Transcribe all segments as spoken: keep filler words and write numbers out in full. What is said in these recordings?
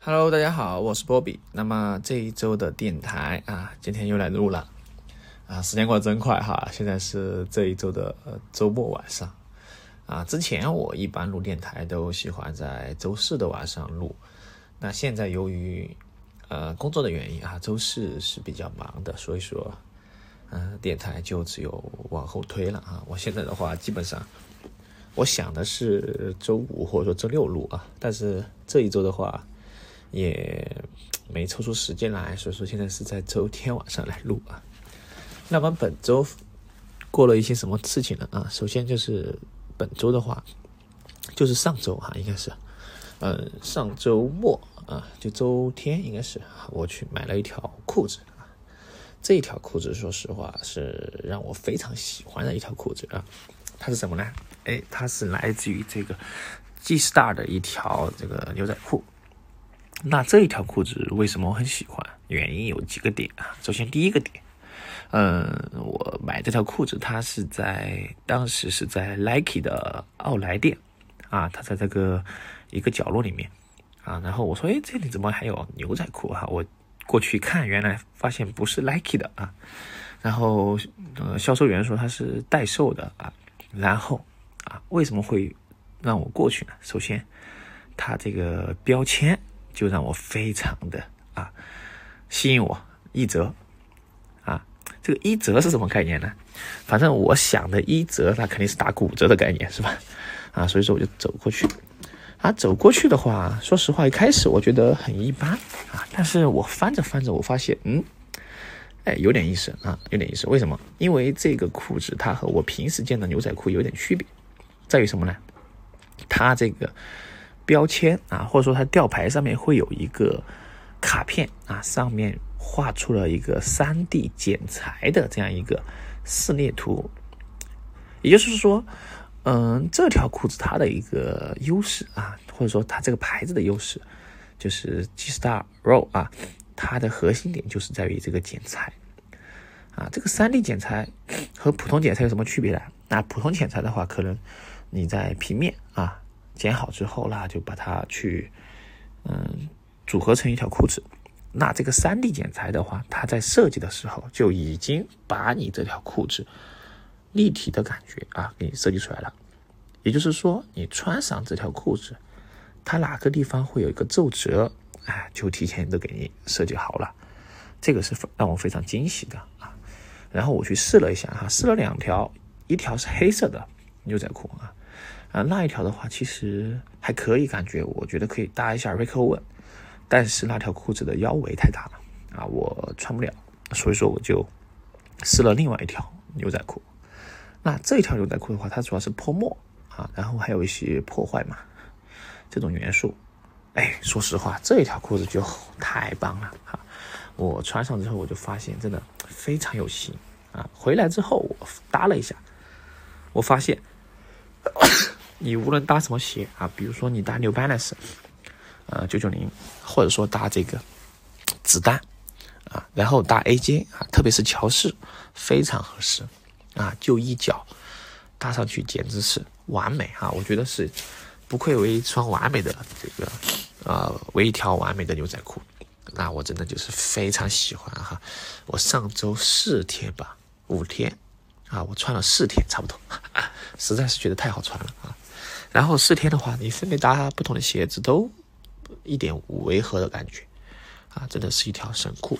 Hello， 大家好，我是波比。那么这一周的电台啊，今天又来录了啊，时间过得真快哈。现在是这一周的、呃、周末晚上啊。之前我一般录电台都喜欢在周四的晚上录，那现在由于呃工作的原因啊，周四是比较忙的，所以说呃电台就只有往后推了啊。我现在的话，基本上我想的是周五或者说周六录啊，但是这一周的话也没抽出时间来，所以说现在是在周天晚上来录啊。那么本周过了一些什么事情呢啊？首先就是本周的话，就是上周哈、啊，应该是，呃，上周末啊，就周天应该是，我去买了一条裤子啊。这一条裤子说实话是让我非常喜欢的一条裤子啊。它是什么呢？哎，它是来自于这个 G-Star 的一条这个牛仔裤。那这一条裤子为什么我很喜欢？原因有几个点啊。首先第一个点，嗯，我买这条裤子，它是在当时是在 Nike 的奥莱店啊，它在这个一个角落里面啊。然后我说，哎，这里怎么还有牛仔裤啊？我过去看，原来发现不是 Nike 的啊。然后呃，销售员说它是代售的啊。然后啊，为什么会让我过去呢？首先，它这个标签就让我非常的啊吸引我，一折啊，这个一折是什么概念呢？反正我想的一折，那肯定是打骨折的概念，是吧？啊，所以说我就走过去啊，走过去的话，说实话，一开始我觉得很一般啊，但是我翻着翻着，我发现，嗯，哎，有点意思啊，有点意思。为什么？因为这个裤子它和我平时见的牛仔裤有点区别，在于什么呢？它这个标签啊，或者说它吊牌上面会有一个卡片啊，上面画出了一个 三 D 剪裁的这样一个撕裂图。也就是说，嗯，这条裤子它的一个优势啊，或者说它这个牌子的优势，就是 G-Star Row 啊，它的核心点就是在于这个剪裁啊。这个 三 D 剪裁和普通剪裁有什么区别呢？那普通剪裁的话，可能你在平面啊剪好之后啦，就把它去嗯组合成一条裤子。那这个 三 D 剪裁的话，它在设计的时候就已经把你这条裤子立体的感觉啊给你设计出来了。也就是说，你穿上这条裤子，它哪个地方会有一个皱褶，哎，就提前都给你设计好了。这个是让我非常惊喜的啊。然后我去试了一下哈，试了两条，一条是黑色的牛仔裤啊。啊，那一条的话其实还可以，感觉我觉得可以搭一下 Rick Owens， 但是那条裤子的腰围太大了啊，我穿不了，所以说我就试了另外一条牛仔裤。那这一条牛仔裤的话，它主要是泼墨啊，然后还有一些破坏嘛这种元素。哎，说实话，这一条裤子就太棒了啊！我穿上之后，我就发现真的非常有型啊。回来之后我搭了一下，我发现你无论搭什么鞋啊，比如说你搭 New Balance 呃九九零，或者说搭这个子弹啊，然后搭 A J 啊，特别是乔氏非常合适啊，就一脚搭上去简直是完美啊！我觉得是不愧为一双完美的这个呃为一条完美的牛仔裤。那我真的就是非常喜欢哈，我上周四天吧，五天啊，我穿了四天差不多，实在是觉得太好穿了啊。然后四天的话，你分别搭不同的鞋子都一点无违和的感觉啊，真的是一条神裤。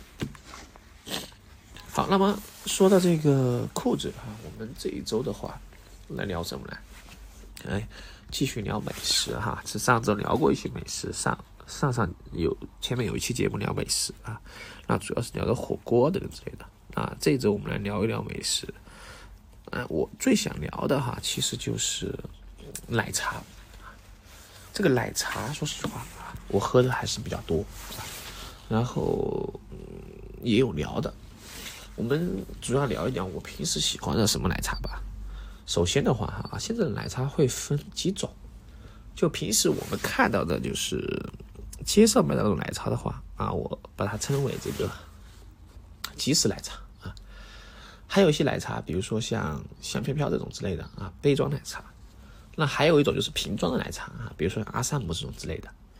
好，那么说到这个裤子啊，我们这一周的话来聊什么呢？哎，继续聊美食哈，是上周聊过一些美食，上上上有前面有一期节目聊美食啊，那主要是聊的火锅等之类的啊。这一周我们来聊一聊美食。呃，我最想聊的哈，其实就是奶茶。这个奶茶，说实话啊，我喝的还是比较多，然后、嗯、也有聊的。我们主要聊一聊我平时喜欢的什么奶茶吧。首先的话哈，现在的奶茶会分几种，就平时我们看到的就是街上买的那种奶茶的话啊，我把它称为这个即食奶茶啊。还有一些奶茶，比如说像香飘飘这种之类的啊，杯装奶茶。那还有一种就是瓶装的奶茶啊，比如说阿萨姆这种之类的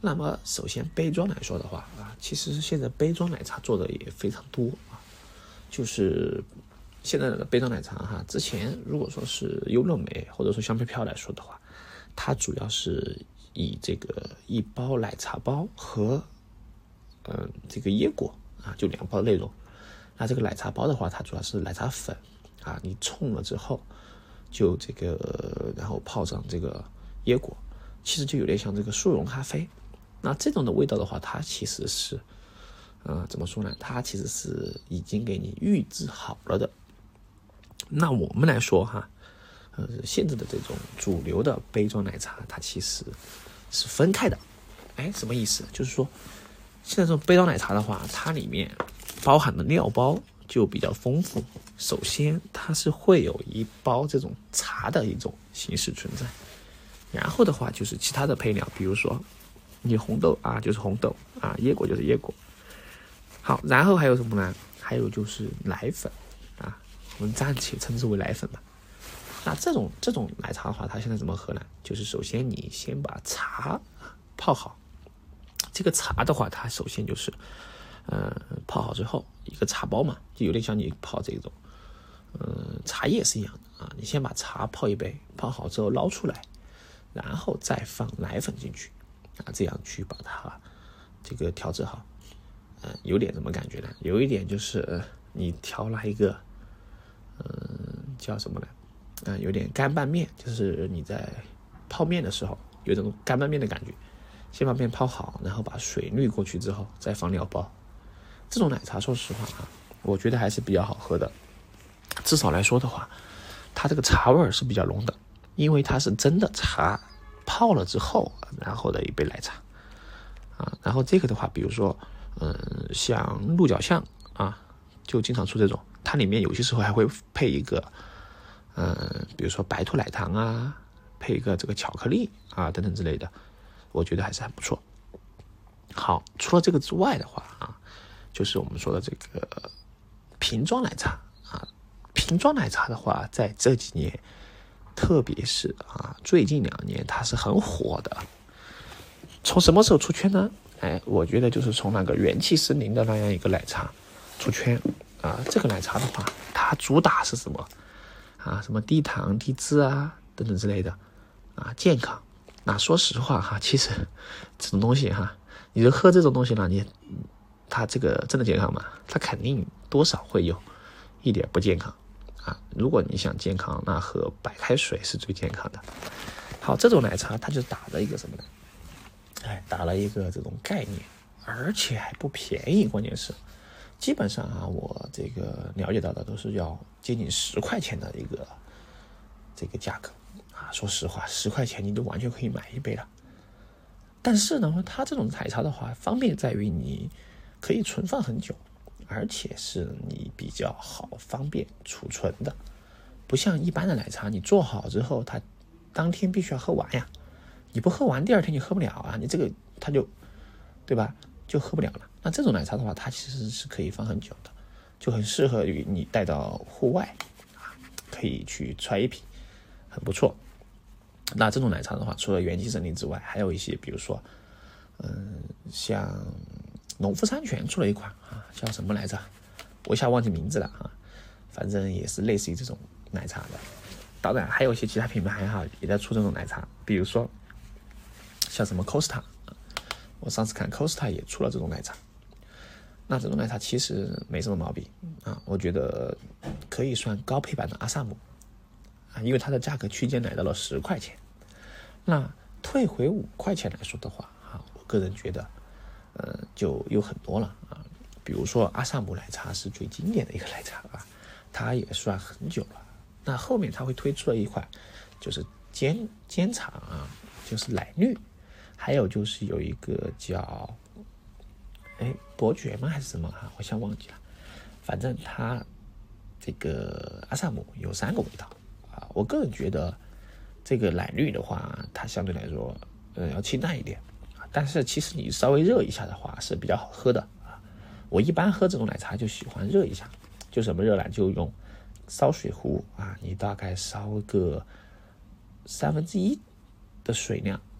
那么首先杯装来说的话啊，其实现在杯装奶茶做的也非常多啊，就是现在的杯装奶茶哈，之前如果说是优乐美或者说香飘飘来说的话，它主要是以这个一包奶茶包和嗯这个椰果啊，就两包内容。那这个奶茶包的话，它主要是奶茶粉啊，你冲了之后就这个然后泡上这个椰果，其实就有点像这个速溶咖啡。那这种的味道的话，它其实是呃怎么说呢，它其实是已经给你预制好了的。那我们来说哈，呃现在的这种主流的杯装奶茶，它其实是分开的。哎，什么意思？就是说现在这种杯装奶茶的话，它里面包含的料包就比较丰富。首先它是会有一包这种茶的一种形式存在，然后的话就是其他的配料，比如说你红豆啊就是红豆啊，椰果就是椰果。好，然后还有什么呢？还有就是奶粉啊，我们暂且称之为奶粉吧。那这种这种奶茶的话，它现在怎么喝呢？就是首先你先把茶泡好，这个茶的话，它首先就是呃泡好之后一个茶包嘛，就有点像你泡这种呃茶叶是一样的啊。你先把茶泡一杯，泡好之后捞出来，然后再放奶粉进去啊，这样去把它这个调制好。呃，有点什么感觉呢？有一点就是、呃、你调了一个嗯、呃、叫什么呢？啊、呃，有点干拌面，就是你在泡面的时候有这种干拌面的感觉。先把面泡好，然后把水滤过去之后再放料包。这种奶茶说实话啊，我觉得还是比较好喝的。至少来说的话，它这个茶味是比较浓的，因为它是真的茶泡了之后然后的一杯奶茶啊。然后这个的话，比如说嗯，像鹿角巷啊，就经常出这种，它里面有些时候还会配一个嗯，比如说白兔奶糖啊，配一个这个巧克力啊等等之类的，我觉得还是很不错。好，除了这个之外的话啊，就是我们说的这个瓶装奶茶啊。瓶装奶茶的话，在这几年，特别是啊最近两年，它是很火的。从什么时候出圈呢？哎，我觉得就是从那个元气森林的那样一个奶茶出圈啊。这个奶茶的话，它主打是什么啊？什么低糖、低脂啊等等之类的啊，健康。那说实话哈，其实这种东西哈，你就喝这种东西呢，你它这个真的健康吗？它肯定多少会有一点不健康啊。如果你想健康，那喝白开水是最健康的。好，这种奶茶它就打了一个什么呢？哎，打了一个这种概念，而且还不便宜。关键是，基本上啊，我这个了解到的都是要接近十块钱的一个这个价格啊。说实话，十块钱你都完全可以买一杯了。但是呢，它这种奶茶的话，方便在于你可以存放很久，而且是你比较好方便储存的，不像一般的奶茶，你做好之后，它当天必须要喝完呀。你不喝完，第二天你喝不了啊，你这个它就，对吧？就喝不了了。那这种奶茶的话，它其实是可以放很久的，就很适合于你带到户外啊，可以去揣一瓶，很不错。那这种奶茶的话，除了元气森林之外，还有一些，比如说，嗯，像农夫山泉出了一款啊，叫什么来着？我一下忘记名字了啊，反正也是类似于这种奶茶的。当然，还有一些其他品牌哈也在出这种奶茶，比如说。像什么 Costa， 我上次看 Costa 也出了这种奶茶。那这种奶茶其实没什么毛病啊，我觉得可以算高配版的阿萨姆啊，因为它的价格区间来到了十块钱。那退回五块钱来说的话啊，我个人觉得，呃，就有很多了啊。比如说阿萨姆奶茶是最经典的一个奶茶啊，它也算很久了。那后面它会推出了一款，就是煎煎茶啊，就是奶绿。还有就是有一个叫哎伯爵吗还是什么哈，我想忘记了。反正它这个阿萨姆有三个味道啊。我个人觉得这个奶绿的话，它相对来说呃要清淡一点，但是其实你稍微热一下的话是比较好喝的啊。我一般喝这种奶茶就喜欢热一下，就什么热呢？就用烧水壶啊，你大概烧个三分之一的水量。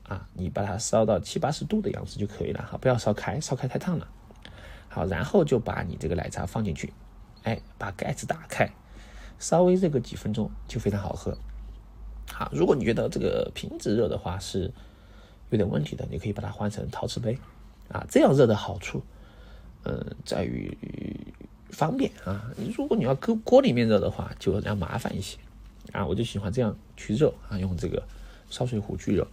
啊，你把它烧到七八十度的样子就可以了哈，不要烧开，烧开太烫了。好，然后就把你这个奶茶放进去，哎，把盖子打开，稍微热个几分钟就非常好喝。好，如果你觉得这个瓶子热的话是有点问题的，你可以把它换成陶瓷杯啊，这样热的好处，嗯，在于方便啊。如果你要搁锅里面热的话，就要麻烦一些啊。我就喜欢这样去热啊，用这个烧水壶去热。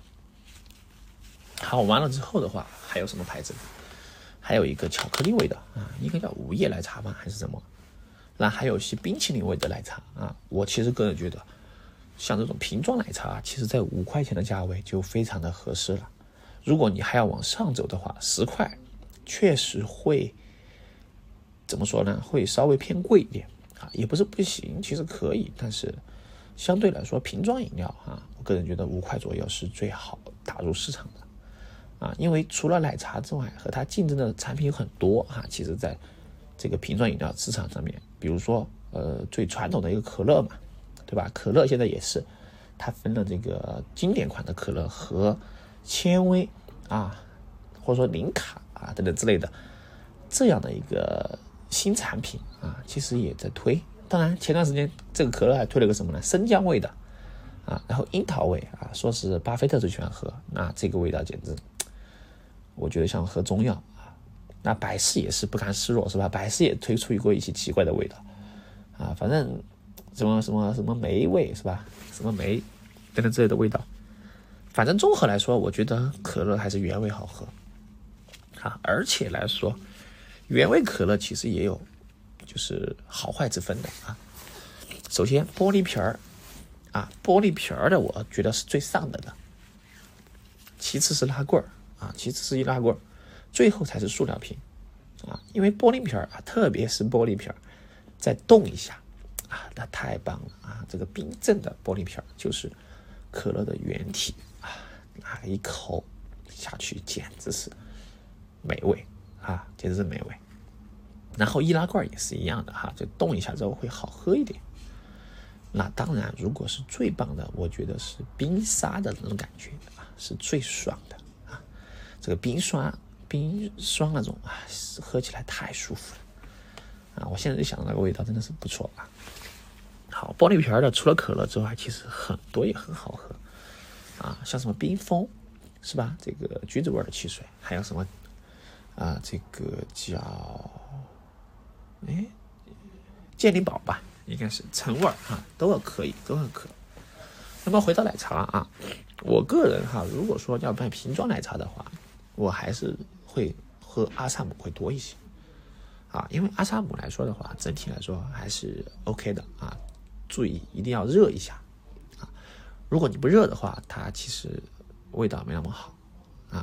好，完了之后的话，还有什么牌子？还有一个巧克力味的啊，应该叫午夜奶茶吧，还是什么？那还有一些冰淇淋味的奶茶啊。我其实个人觉得，像这种瓶装奶茶，其实在五块钱的价位就非常的合适了。如果你还要往上走的话，十块确实会怎么说呢？会稍微偏贵一点啊，也不是不行，其实可以，但是相对来说，瓶装饮料啊，我个人觉得五块左右是最好打入市场的。啊，因为除了奶茶之外，和它竞争的产品有很多啊。其实，在这个瓶装饮料市场上面，比如说，呃，最传统的一个可乐嘛，对吧？可乐现在也是，它分了这个经典款的可乐和纤维啊，或者说零卡啊等等之类的这样的一个新产品啊，其实也在推。当然，前段时间这个可乐还推了个什么呢？生姜味的啊，然后樱桃味啊，说是巴菲特最喜欢喝，那这个味道简直。我觉得像喝中药啊，那百事也是不甘示弱，是吧？百事也推出过一些奇怪的味道啊，反正什么什么什么梅味是吧？什么梅等等之类的味道，反正综合来说，我觉得可乐还是原味好喝啊。而且来说，原味可乐其实也有就是好坏之分的啊。首先，玻璃瓶儿啊，玻璃瓶儿的我觉得是最上等的，其次是拉罐儿。啊，其次是易拉罐，最后才是塑料瓶啊。因为玻璃瓶啊，特别是玻璃瓶再动一下啊，那太棒了啊！这个冰镇的玻璃瓶就是可乐的原体啊，拿一口下去简直是美味啊，简直是美味。然后易拉罐也是一样的哈，就动一下之后会好喝一点。那当然，如果是最棒的，我觉得是冰沙的那种感觉啊，是最爽的。这个冰霜冰霜那种啊，喝起来太舒服了啊！我现在就想到那个味道真的是不错啊。好，玻璃瓶的除了可乐之外，其实很多也很好喝啊，像什么冰峰是吧？这个橘子味的汽水，还有什么啊？这个叫哎健力宝吧，应该是橙味啊，都可以，都很可。那么回到奶茶啊，我个人哈，如果说要卖瓶装奶茶的话，我还是会喝阿萨姆会多一些啊，因为阿萨姆来说的话，整体来说还是 OK 的啊。注意一定要热一下啊，如果你不热的话，它其实味道没那么好啊。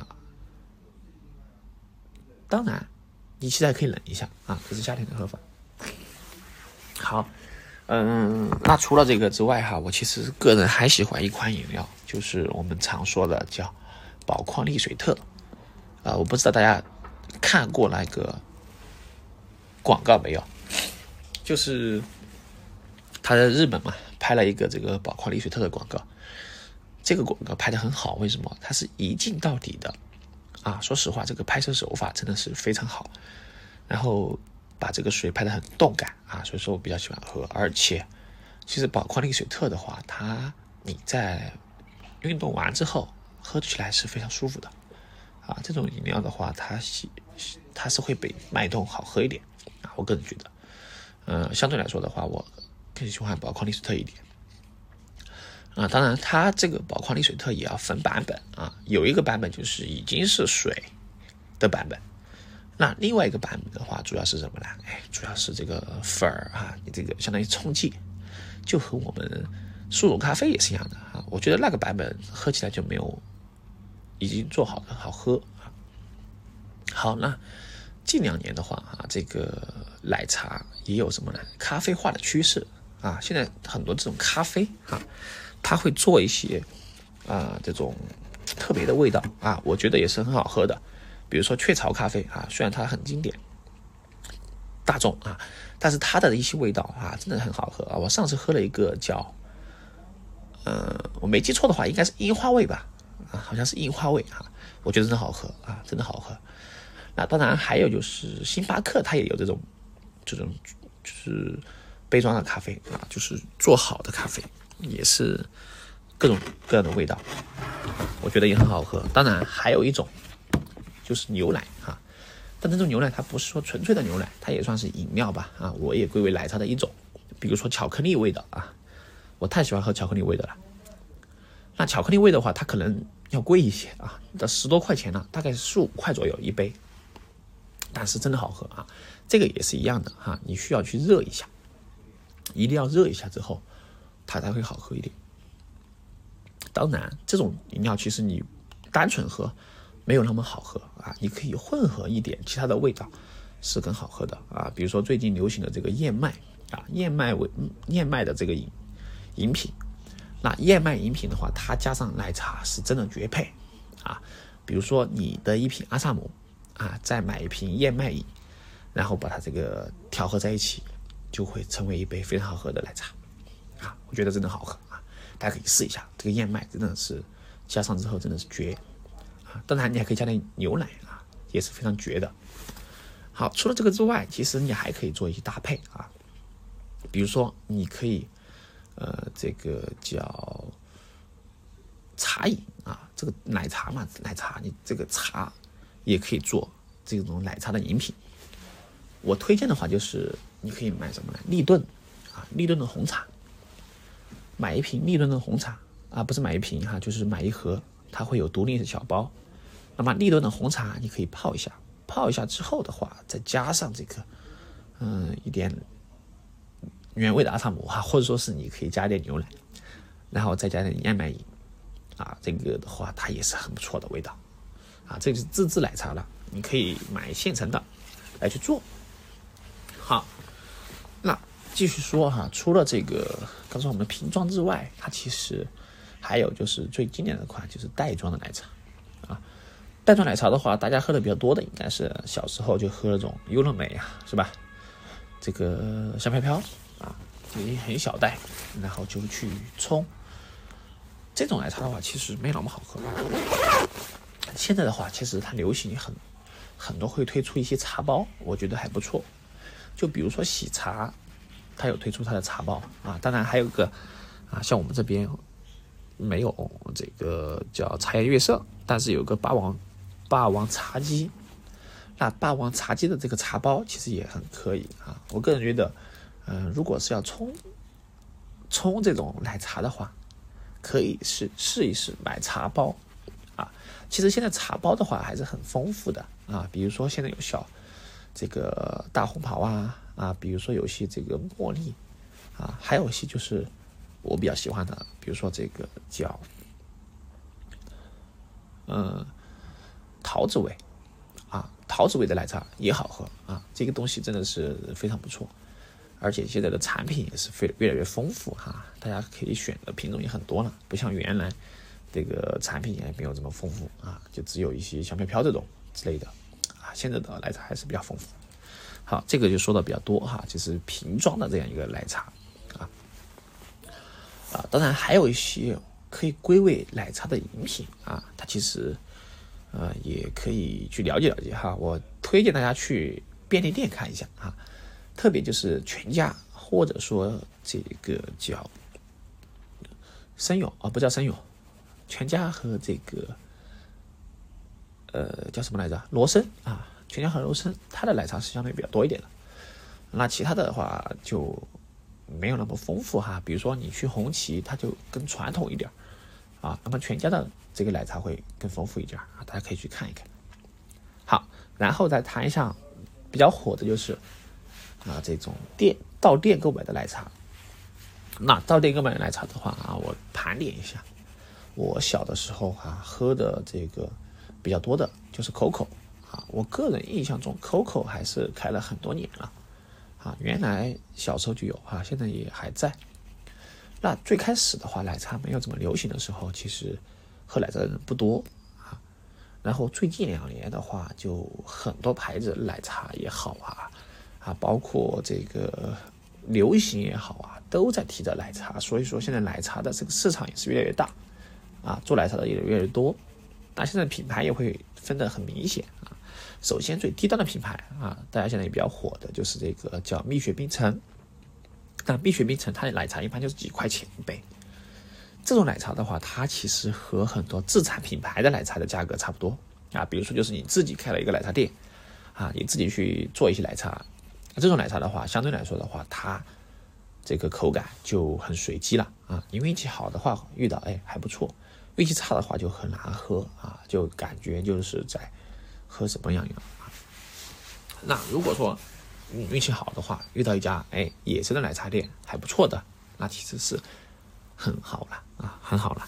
当然，你现在可以冷一下啊，这是夏天的喝法。好，嗯，那除了这个之外哈，我其实个人还喜欢一款饮料，就是我们常说的叫宝矿力水特。啊、呃，我不知道大家看过那个广告没有？就是他在日本嘛，拍了一个这个宝矿力水特的广告。这个广告拍得很好，为什么？它是一镜到底的啊！说实话，这个拍摄手法真的是非常好，然后把这个水拍得很动感啊，所以说我比较喜欢喝。而且，其实宝矿力水特的话，它你在运动完之后喝起来是非常舒服的。啊，这种饮料的话，它是它是会比脉动好喝一点啊，我个人觉得，呃，相对来说的话，我更喜欢宝矿力水特一点啊。当然，它这个宝矿力水特也要分版本啊，有一个版本就是已经是水的版本，那另外一个版本的话，主要是什么呢？哎，主要是这个粉儿啊，你这个相当于冲剂，就和我们速溶咖啡也是一样的啊。我觉得那个版本喝起来就没有已经做好的好喝。好，那近两年的话啊，这个奶茶也有什么呢？咖啡化的趋势啊。现在很多这种咖啡啊，它会做一些啊这种特别的味道啊，我觉得也是很好喝的。比如说雀巢咖啡啊，虽然它很经典大众啊，但是它的一些味道啊真的很好喝啊。我上次喝了一个叫呃我没记错的话应该是樱花味吧啊，好像是樱花味哈、啊，我觉得真的好喝啊，真的好喝。那当然还有就是星巴克它也有这种这种就是杯装的咖啡啊，就是做好的咖啡，也是各种各样的味道，我觉得也很好喝。当然还有一种就是牛奶啊，但这种牛奶它不是说纯粹的牛奶，它也算是饮料吧啊，我也归为奶茶的一种。比如说巧克力味的啊，我太喜欢喝巧克力味的了。那巧克力味的话，它可能要贵一些啊，到十多块钱呢，大概是十五块左右一杯。但是真的好喝啊，这个也是一样的哈、啊，你需要去热一下，一定要热一下之后，它才会好喝一点。当然，这种饮料其实你单纯喝没有那么好喝啊，你可以混合一点其他的味道，是更好喝的啊。比如说最近流行的这个燕麦啊，燕麦味燕麦的这个饮饮品，那燕麦饮品的话，它加上奶茶是真的绝配啊。比如说你的一瓶阿萨姆。啊，再买一瓶燕麦饮，然后把它这个调和在一起，就会成为一杯非常好喝的奶茶啊！我觉得真的好喝啊，大家可以试一下。这个燕麦真的是加上之后真的是绝啊！当然你还可以加点牛奶啊，也是非常绝的。好，除了这个之外，其实你还可以做一些搭配啊，比如说你可以呃这个叫茶饮啊，这个奶茶嘛，奶茶你这个茶。也可以做这种奶茶的饮品。我推荐的话就是你可以买什么呢？立顿啊，立顿的红茶，买一瓶立顿的红茶啊，不是买一瓶哈、啊，就是买一盒，它会有独立的小包。那么立顿的红茶你可以泡一下，泡一下之后的话，再加上这个嗯一点原味的阿萨姆哈，或者说是你可以加点牛奶，然后再加点燕麦饮啊，这个的话它也是很不错的味道。啊，这就是自制奶茶了，你可以买现成的来去做。好，那继续说哈，除了这个刚才我们的瓶装之外，它其实还有就是最经典的款就是袋装的奶茶啊。袋装奶茶的话，大家喝的比较多的应该是小时候就喝那种优乐美啊，是吧？这个香飘飘啊，也很小袋，然后就去冲。这种奶茶的话，其实没那么好喝。现在的话，其实它流行很很多会推出一些茶包，我觉得还不错。就比如说喜茶，它有推出它的茶包啊，当然还有一个啊，像我们这边没有这个叫茶颜悦色，但是有个霸王霸王茶姬。那霸王茶姬的这个茶包其实也很可以啊。我个人觉得，嗯、呃，如果是要冲冲这种奶茶的话，可以试试一试买茶包。啊，其实现在茶包的话还是很丰富的啊，比如说现在有小这个大红袍啊啊，比如说有些这个茉莉啊，还有一些就是我比较喜欢的，比如说这个叫嗯桃子味啊，桃子味的奶茶也好喝啊，这个东西真的是非常不错，而且现在的产品也是非越来越丰富哈、啊，大家可以选的品种也很多了，不像原来。这个产品也没有这么丰富啊，就只有一些香飘飘这种之类的啊。现在的奶茶还是比较丰富。好，这个就说的比较多哈，就是瓶装的这样一个奶茶啊啊，当然还有一些可以归为奶茶的饮品啊，它其实呃也可以去了解了解哈。我推荐大家去便利店看一下啊，特别就是全家或者说这个叫生友啊，不叫生友。全家和这个呃叫什么来着？罗森啊，全家和罗森，它的奶茶是相对比较多一点的。那其他的话就没有那么丰富哈。比如说你去红旗，它就更传统一点啊。那么全家的这个奶茶会更丰富一点啊，大家可以去看一看。好，然后再谈一下比较火的就是啊这种店到店购买的奶茶。那到店购买的奶茶的话啊，我盘点一下。我小的时候啊，喝的这个比较多的就是 C O C O 啊，我个人印象中 C O C O 还是开了很多年了啊，原来小时候就有啊，现在也还在。那最开始的话，奶茶没有这么流行的时候，其实喝奶茶的人不多啊。然后最近两年的话，就很多牌子奶茶也好啊，啊，包括这个流行也好啊，都在提着奶茶，所以说现在奶茶的这个市场也是越来越大。 啊，做奶茶的也越来越多。那现在品牌也会分得很明显啊。首先最低端的品牌啊，大家现在也比较火的就是这个叫蜜雪冰城。那蜜雪冰城它的奶茶一般就是几块钱一杯，这种奶茶的话，它其实和很多自产品牌的奶茶的价格差不多啊。比如说就是你自己开了一个奶茶店啊，你自己去做一些奶茶，这种奶茶的话，相对来说的话，它这个口感就很随机了啊。你运气好的话遇到哎还不错，运气差的话就很难喝啊，就感觉就是在喝什么样样啊。那如果说你运气好的话，遇到一家哎野生的奶茶店还不错的，那其实是很好了啊，很好了。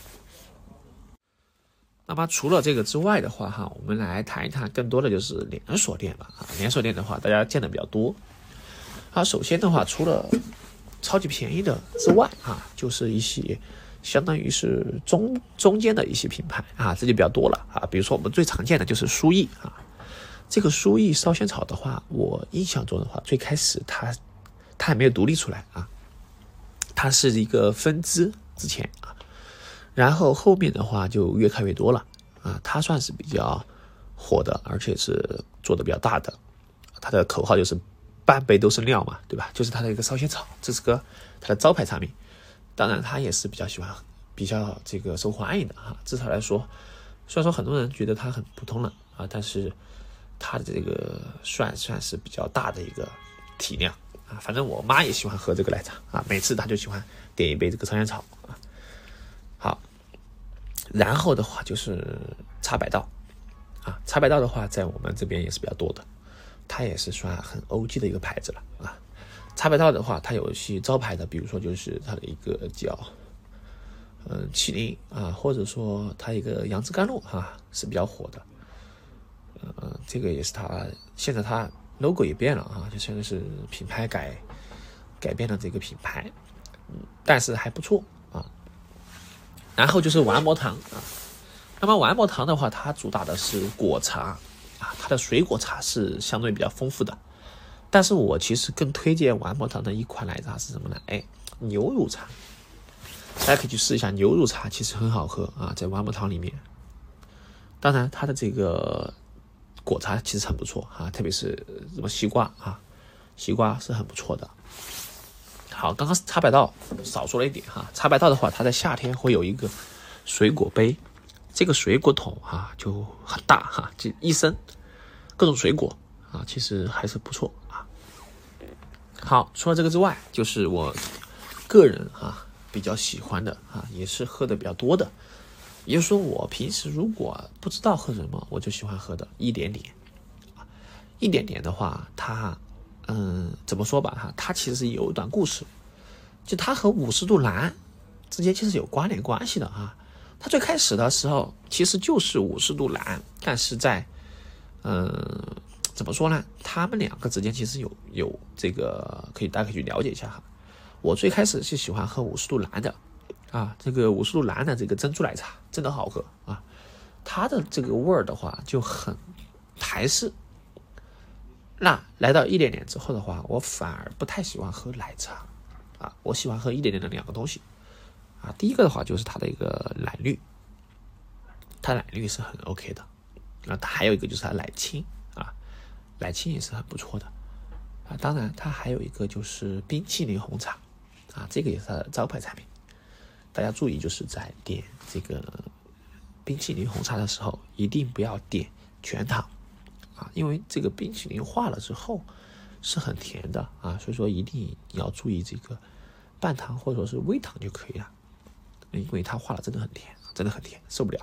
那么除了这个之外的话哈，我们来谈一谈更多的就是连锁店吧啊。连锁店的话，大家见的比较多啊。首先的话，除了超级便宜的之外啊，就是一些相当于是中中间的一些品牌啊，这就比较多了啊。比如说我们最常见的就是舒逸啊。这个舒逸烧仙草的话，我印象中的话，最开始它它还没有独立出来啊，它是一个分支之前啊，然后后面的话就越开越多了啊，它算是比较火的，而且是做的比较大的。它的口号就是半杯都是料嘛，对吧？就是它的一个烧仙草，这是个它的招牌产品。当然，它也是比较喜欢、比较这个受欢迎的哈。至少来说，虽然说很多人觉得它很普通了啊，但是它的这个算算是比较大的一个体量啊。反正我妈也喜欢喝这个奶茶啊，每次她就喜欢点一杯这个烧仙草啊。好，然后的话就是茶百道啊，茶百道的话在我们这边也是比较多的，它也是算很 O G 的一个牌子了啊。茶百道的话，它有一些招牌的，比如说就是它的一个叫嗯麒麟啊，或者说它一个杨枝甘露啊是比较火的。呃，这个也是它现在它 logo 也变了啊，就现在是品牌改改变了这个品牌，嗯，但是还不错啊。然后就是丸魔堂啊，那么丸魔堂的话，它主打的是果茶啊，它的水果茶是相对比较丰富的。但是我其实更推荐丸魔堂的一款奶茶是什么呢？哎，牛乳茶，大家可以去试一下牛乳茶，其实很好喝啊，在丸魔堂里面。当然，它的这个果茶其实很不错啊，特别是什么西瓜啊，西瓜是很不错的。好，刚刚茶百道少说了一点哈，茶百道的话，它在夏天会有一个水果杯，这个水果桶啊就很大哈，就一升各种水果啊，其实还是不错啊。好，除了这个之外，就是我个人啊比较喜欢的啊，也是喝的比较多的。也就是说，我平时如果不知道喝什么，我就喜欢喝的一点点。一点点的话，它，嗯，怎么说吧哈，它其实有一段故事，就它和五十度蓝之间其实有关联关系的啊。它最开始的时候其实就是五十度蓝，但是在，嗯，怎么说呢？他们两个之间其实有有这个可以大家可以去了解一下哈。我最开始是喜欢喝五十度蓝的。啊，这个五十度蓝的这个珍珠奶茶真的好喝啊！它的这个味儿的话就很台式。那来到一点点之后的话，我反而不太喜欢喝奶茶啊，我喜欢喝一点点的两个东西啊。第一个的话就是它的一个奶绿，它奶绿是很 OK 的。那它还有一个就是它奶清啊，奶清也是很不错的啊。当然，它还有一个就是冰淇淋红茶啊，这个也是它的招牌产品。大家注意，就是在点这个冰淇淋红茶的时候，一定不要点全糖啊，因为这个冰淇淋化了之后是很甜的啊，所以说一定要注意这个半糖或者说是微糖就可以了，因为它化了真的很甜，真的很甜，受不了。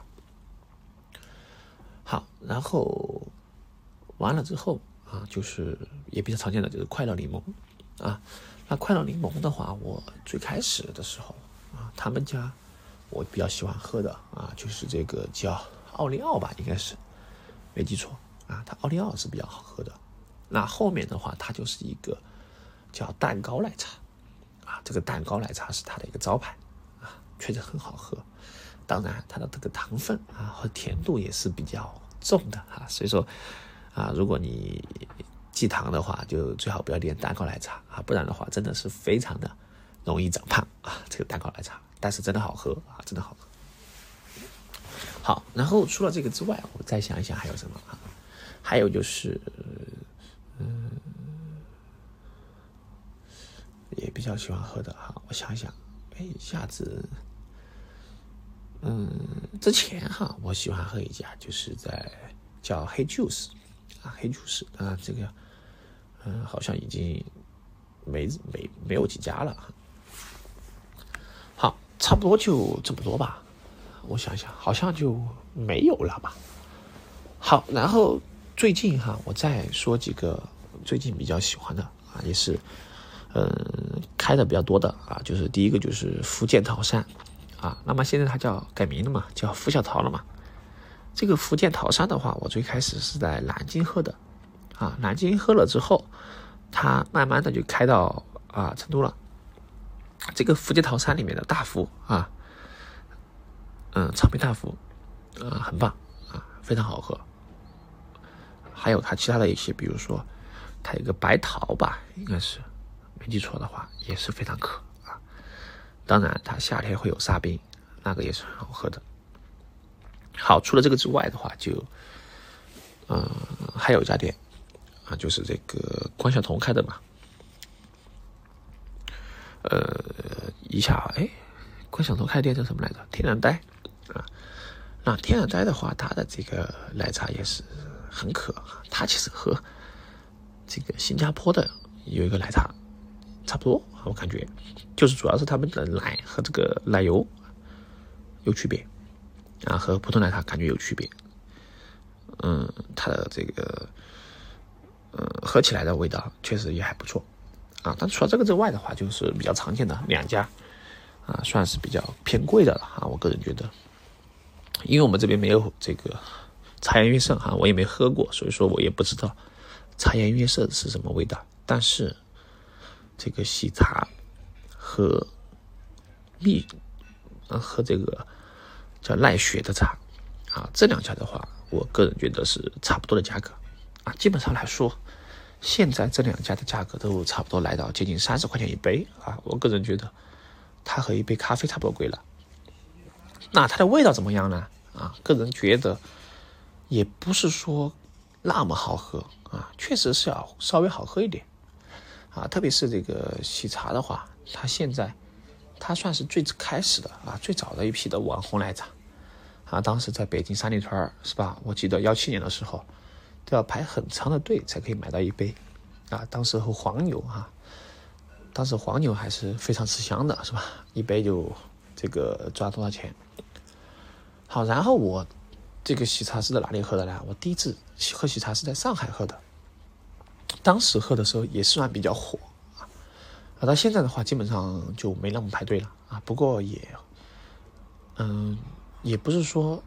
好，然后完了之后啊，就是也比较常见的就是快乐柠檬啊，那快乐柠檬的话，我最开始的时候。啊，他们家我比较喜欢喝的啊，就是这个叫奥利奥吧，应该是没记错啊，它奥利奥是比较好喝的。那后面的话，它就是一个叫蛋糕奶茶啊，这个蛋糕奶茶是它的一个招牌啊，确实很好喝。当然，它的这个糖分啊和甜度也是比较重的啊，所以说啊，如果你忌糖的话，就最好不要点蛋糕奶茶啊，不然的话真的是非常的容易长胖啊，这个蛋糕奶茶，但是真的好喝啊，真的好喝。 好，然后除了这个之外，我再想一想还有什么啊？还有就是，嗯，也比较喜欢喝的哈。我想一想，哎，一下子，嗯，之前哈，我喜欢喝一家，就是在叫黑 juice 啊，黑 juice 啊，这个，嗯，好像已经没没没有几家了哈。好，差不多就这么多吧。我想想，好像就没有了吧。好，然后最近哈，我再说几个最近比较喜欢的啊，也是嗯开的比较多的啊，就是第一个就是福建桃山啊，那么现在它叫改名了嘛，叫福小桃了嘛。这个福建桃山的话，我最开始是在南京喝的啊，南京喝了之后，它慢慢的就开到啊成都了。这个福建桃山里面的大福啊，嗯，草莓大福啊，很棒啊，非常好喝。还有它其他的一些，比如说它有个白桃吧，应该是没记错的话，也是非常渴啊。当然它夏天会有沙冰，那个也是很好喝的。好，除了这个之外的话，就嗯、呃、还有一家店啊，就是这个关晓彤开的嘛。呃，一下哎，关晓彤开的店叫什么来着？天然呆啊。那天然呆的话，它的这个奶茶也是很渴，它其实和这个新加坡的有一个奶茶差不多，我感觉就是主要是他们的奶和这个奶油有区别啊，和普通奶茶感觉有区别。嗯，它的这个嗯喝起来的味道确实也还不错啊。但除了这个之外的话，就是比较常见的两家啊，算是比较偏贵的了啊，我个人觉得。因为我们这边没有这个茶颜悦色哈，我也没喝过，所以说我也不知道茶颜悦色是什么味道。但是这个喜茶和蜜呃和这个叫奈雪的茶啊，这两家的话，我个人觉得是差不多的价格啊。基本上来说，现在这两家的价格都差不多来到接近三十块钱一杯啊。我个人觉得它和一杯咖啡差不多贵了。那它的味道怎么样呢？啊，个人觉得也不是说那么好喝啊，确实是要稍微好喝一点啊。特别是这个喜茶的话，它现在它算是最开始的啊，最早的一批的网红奶茶啊。当时在北京三里屯是吧？我记得幺七年的时候都要排很长的队才可以买到一杯啊。当时和黄牛啊，当时黄牛还是非常吃香的是吧？一杯就这个赚多少钱？好，然后我这个喜茶是在哪里喝的呢？我第一次喝喜茶是在上海喝的，当时喝的时候也算比较火啊。到现在的话，基本上就没那么排队了啊。不过也，嗯，也不是说，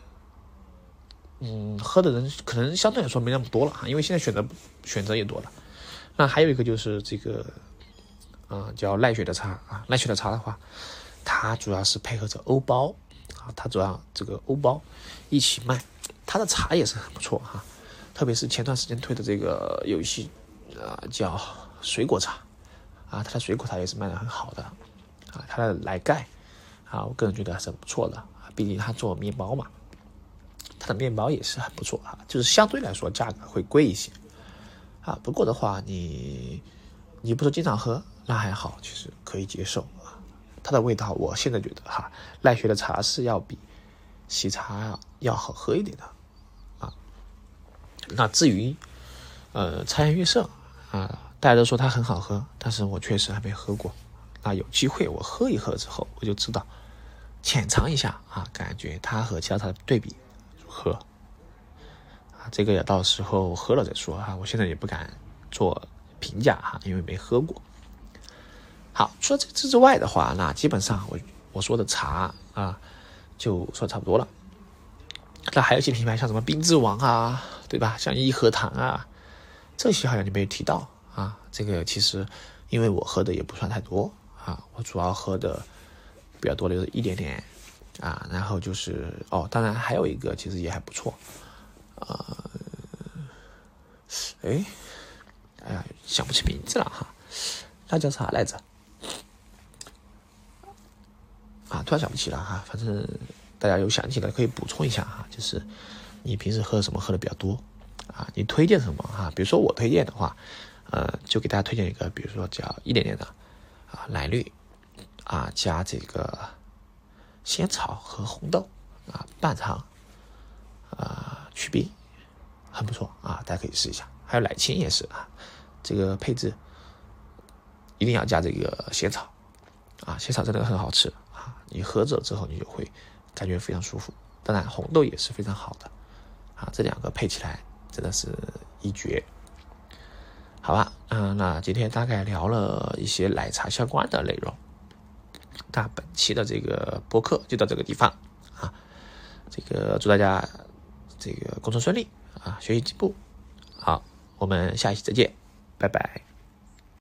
嗯，喝的人可能相对来说没那么多了哈，因为现在选择选择也多了。那还有一个就是这个，啊、呃，叫奈雪的茶啊。奈雪的茶的话，它主要是配合着欧包。啊，它主要这个欧包一起卖，它的茶也是很不错哈、啊，特别是前段时间推的这个有一些啊叫水果茶啊，它的水果茶也是卖的很好的啊，它的奶盖啊，我个人觉得还是很不错的啊，毕竟它做面包嘛，它的面包也是很不错啊，就是相对来说价格会贵一些啊，不过的话你你不是经常喝，那还好，其实可以接受啊。它的味道，我现在觉得哈，奈雪的茶是要比喜茶要好喝一点的啊。那至于呃茶颜悦色啊，大家都说它很好喝，但是我确实还没喝过。那有机会我喝一喝之后，我就知道浅尝一下啊，感觉它和其他茶的对比如何啊？这个也到时候喝了再说哈，我现在也不敢做评价哈，因为没喝过。好，除了这之外的话，那基本上我我说的茶啊，就说差不多了。那还有一些品牌，像什么冰之王啊，对吧？像益禾堂啊，这些好像你没有提到啊。这个其实因为我喝的也不算太多啊，我主要喝的比较多的就是一点点啊，然后就是哦，当然还有一个其实也还不错啊，哎，哎呀，想不起名字了哈，那叫啥来着？啊，突然想不起了哈，反正大家有想起来可以补充一下哈，就是你平时喝什么喝的比较多啊？你推荐什么哈？比如说我推荐的话，呃，就给大家推荐一个，比如说叫一点点的啊奶绿啊，加这个仙草和红豆啊半糖啊去冰，很不错啊，大家可以试一下。还有奶清也是啊，这个配置一定要加这个仙草啊，仙草真的很好吃啊，你喝着之后你就会感觉非常舒服。当然红豆也是非常好的啊，这两个配起来真的是一绝。好吧，嗯、呃，那今天大概聊了一些奶茶相关的内容，那本期的这个播客就到这个地方啊，这个祝大家这个工作顺利啊，学习进步。好，我们下一期再见，拜拜。